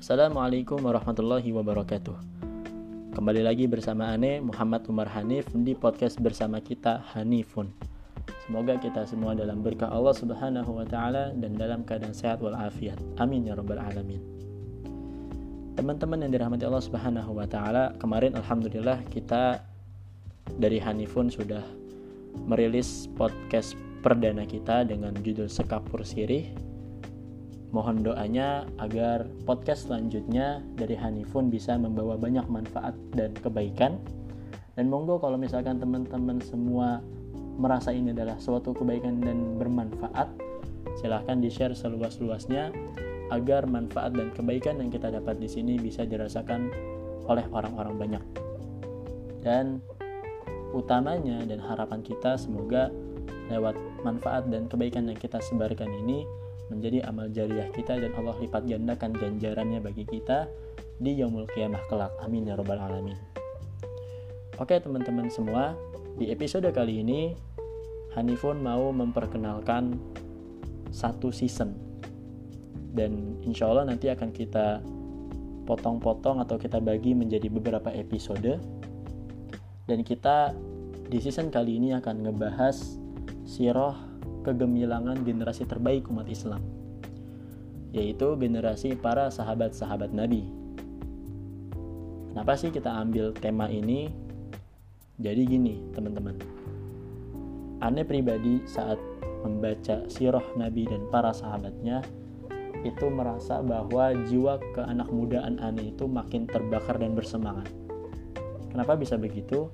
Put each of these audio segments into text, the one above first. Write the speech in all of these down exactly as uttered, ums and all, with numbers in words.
Assalamualaikum warahmatullahi wabarakatuh. Kembali lagi bersama Ane Muhammad Umar Hanif di podcast bersama kita Hanifun. Semoga kita semua dalam berkah Allah Subhanahu wa taala dan dalam keadaan sehat walafiat. Amin ya rabbal alamin. Teman-teman yang dirahmati Allah Subhanahu wa taala, kemarin alhamdulillah kita dari Hanifun sudah merilis podcast perdana kita dengan judul Sekapur Sirih. Mohon doanya agar podcast selanjutnya dari Hanifun bisa membawa banyak manfaat dan kebaikan. Dan monggo kalau misalkan teman-teman semua merasa ini adalah suatu kebaikan dan bermanfaat, silahkan di-share seluas-luasnya agar manfaat dan kebaikan yang kita dapat di sini bisa dirasakan oleh orang-orang banyak. Dan utamanya dan harapan kita semoga lewat manfaat dan kebaikan yang kita sebarkan ini menjadi amal jariah kita dan Allah lipat gandakan ganjarannya bagi kita di yaumul qiyamah kelak. Amin ya rabbal alamin. Oke teman-teman semua, di episode kali ini Hanifun mau memperkenalkan satu season, dan insya Allah nanti akan kita potong-potong atau kita bagi menjadi beberapa episode. Dan kita di season kali ini akan ngebahas sirah kegemilangan generasi terbaik umat Islam, yaitu generasi para sahabat-sahabat Nabi. Kenapa sih kita ambil tema ini? Jadi gini teman-teman, Ane pribadi saat membaca sirah Nabi dan para sahabatnya itu merasa bahwa jiwa keanak mudaan Ane itu makin terbakar dan bersemangat. Kenapa bisa begitu?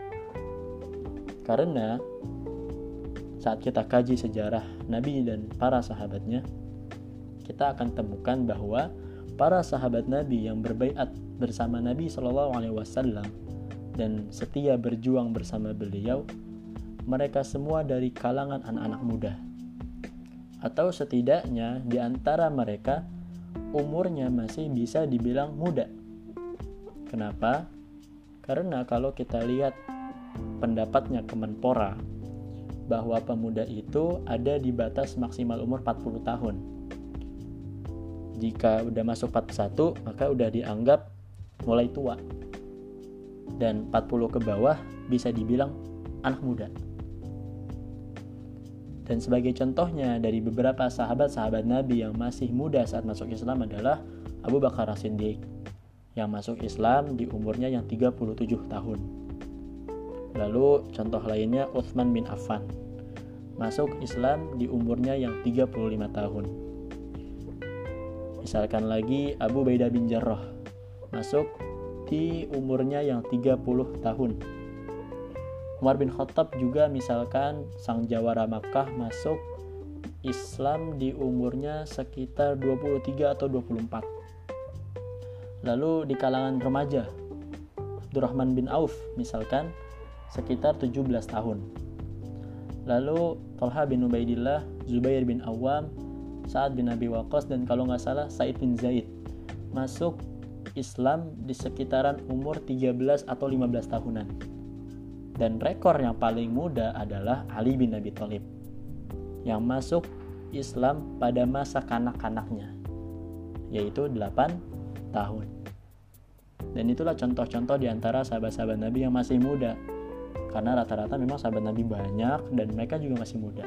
Karena saat kita kaji sejarah Nabi dan para sahabatnya, kita akan temukan bahwa para sahabat Nabi yang berbaiat bersama Nabi shallallahu alaihi wasallam dan setia berjuang bersama beliau, mereka semua dari kalangan anak-anak muda. Atau setidaknya di antara mereka umurnya masih bisa dibilang muda. Kenapa? Karena kalau kita lihat pendapatnya Kemenpora bahwa pemuda itu ada di batas maksimal umur empat puluh tahun. Jika udah masuk empat puluh satu, maka udah dianggap mulai tua. Dan empat puluh ke bawah bisa dibilang anak muda. Dan sebagai contohnya dari beberapa sahabat-sahabat Nabi yang masih muda saat masuk Islam adalah Abu Bakar As-Siddiq, yang masuk Islam di umurnya yang tiga puluh tujuh tahun. Lalu contoh lainnya Utsman bin Affan, masuk Islam di umurnya yang tiga puluh lima tahun. Misalkan lagi Abu Ubaidah bin Jarrah, masuk di umurnya yang tiga puluh tahun. Umar bin Khattab juga misalkan sang jawara Makkah, masuk Islam di umurnya sekitar dua puluh tiga atau dua puluh empat. Lalu di kalangan remaja, Abdurrahman bin Auf misalkan sekitar tujuh belas tahun. Lalu Thalha bin Ubaidillah, Zubair bin Awam, Sa'ad bin Abi Waqqas, dan kalau nggak salah Sa'id bin Zaid masuk Islam di sekitaran umur tiga belas atau lima belas tahunan. Dan rekor yang paling muda adalah Ali bin Abi Thalib, yang masuk Islam pada masa kanak-kanaknya, yaitu delapan tahun. Dan itulah contoh-contoh di antara sahabat-sahabat Nabi yang masih muda. Karena rata-rata memang sahabat Nabi banyak dan mereka juga masih muda.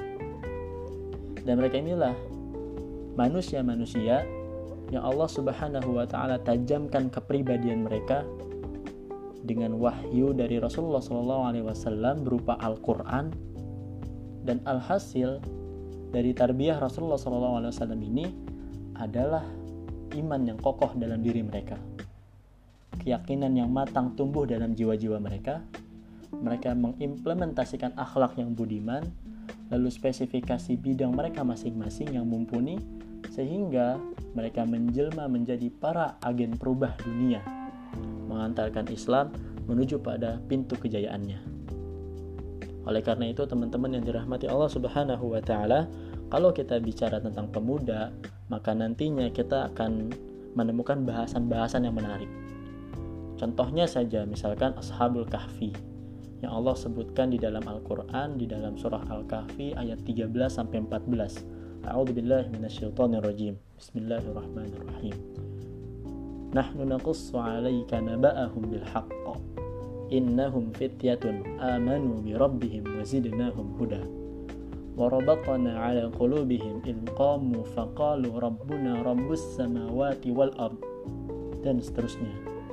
Dan mereka inilah manusia-manusia yang Allah Subhanahu wa taala tajamkan kepribadian mereka dengan wahyu dari Rasulullah shallallahu alaihi wasallam berupa Al-Qur'an. Dan alhasil dari tarbiyah Rasulullah shallallahu alaihi wasallam ini adalah iman yang kokoh dalam diri mereka, keyakinan yang matang tumbuh dalam jiwa-jiwa mereka. Mereka mengimplementasikan akhlak yang budiman, lalu spesifikasi bidang mereka masing-masing yang mumpuni, sehingga mereka menjelma menjadi para agen perubah dunia, mengantarkan Islam menuju pada pintu kejayaannya. Oleh karena itu teman-teman yang dirahmati Allah Subhanahu wa taala, kalau kita bicara tentang pemuda, maka nantinya kita akan menemukan bahasan-bahasan yang menarik. Contohnya saja misalkan Ashabul Kahfi yang Allah sebutkan di dalam Al-Quran, di dalam surah Al-Kahfi ayat tiga belas sampai empat belas. A'udzubillahi minasyaitonirrajim. Bismillahirrahmanirrahim. nahnu naqussu 'alaika naba'ahum bil haqq innahum fityatun amanu bi rabbihim wa zidnahum huda wa rabatna 'ala qulubihim id qamu faqalu rabbuna rabbus samawati wal ard, dan seterusnya.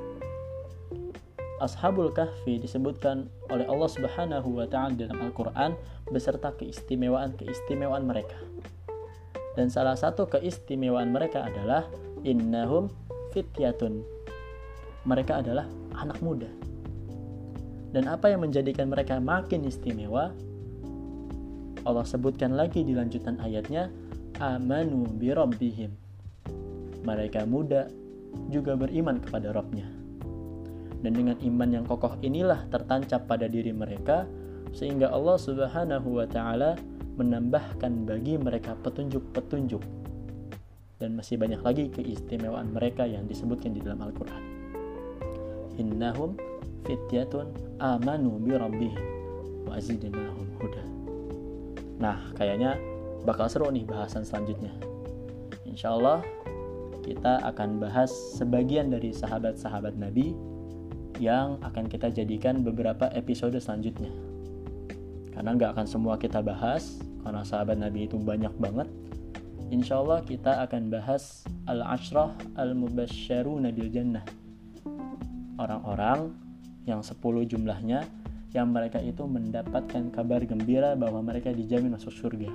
Ashabul Kahfi disebutkan oleh Allah Subhanahu wa taala dalam Al-Qur'an beserta keistimewaan-keistimewaan mereka. Dan salah satu keistimewaan mereka adalah innahum fityatun. Mereka adalah anak muda. Dan apa yang menjadikan mereka makin istimewa? Allah sebutkan lagi di lanjutan ayatnya, amanu bi rabbihim. Mereka muda juga beriman kepada Rabb-nya. Dan dengan iman yang kokoh inilah tertancap pada diri mereka, sehingga Allah Subhanahu wa taala menambahkan bagi mereka petunjuk-petunjuk. Dan masih banyak lagi keistimewaan mereka yang disebutkan di dalam Al-Qur'an. Innahum fityatun amanu bi rabbihim wa zidnahum huda. Nah, kayaknya bakal seru nih bahasan selanjutnya. Insyaallah kita akan bahas sebagian dari sahabat-sahabat Nabi yang akan kita jadikan beberapa episode selanjutnya. Karena nggak akan semua kita bahas, karena sahabat Nabi itu banyak banget. Insyaallah kita akan bahas al-ashrah al-mubasysyaruna bil jannah. Orang-orang yang sepuluh jumlahnya, yang mereka itu mendapatkan kabar gembira bahwa mereka dijamin masuk surga.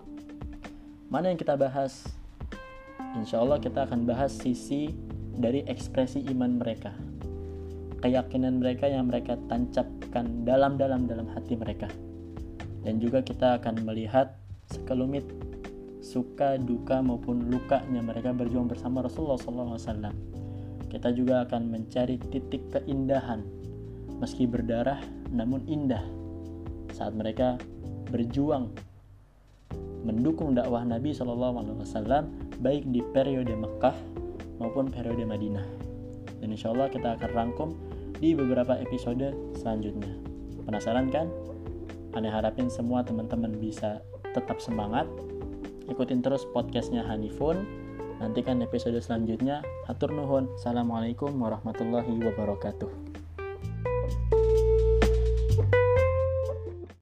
Mana yang kita bahas? Insya Allah kita akan bahas sisi dari ekspresi iman mereka, keyakinan mereka yang mereka tancapkan dalam-dalam dalam hati mereka. Dan juga kita akan melihat sekelumit suka, duka maupun lukanya mereka berjuang bersama Rasulullah shallallahu alaihi wasallam. Kita juga akan mencari titik keindahan meski berdarah namun indah saat mereka berjuang mendukung dakwah Nabi shallallahu alaihi wasallam baik di periode Mekah maupun periode Madinah. Dan insya Allah kita akan rangkum di beberapa episode selanjutnya. Penasaran kan? Ane harapin semua teman-teman bisa tetap semangat. Ikutin terus podcastnya Hanifun. Nantikan episode selanjutnya. Hatur nuhun. Assalamualaikum warahmatullahi wabarakatuh.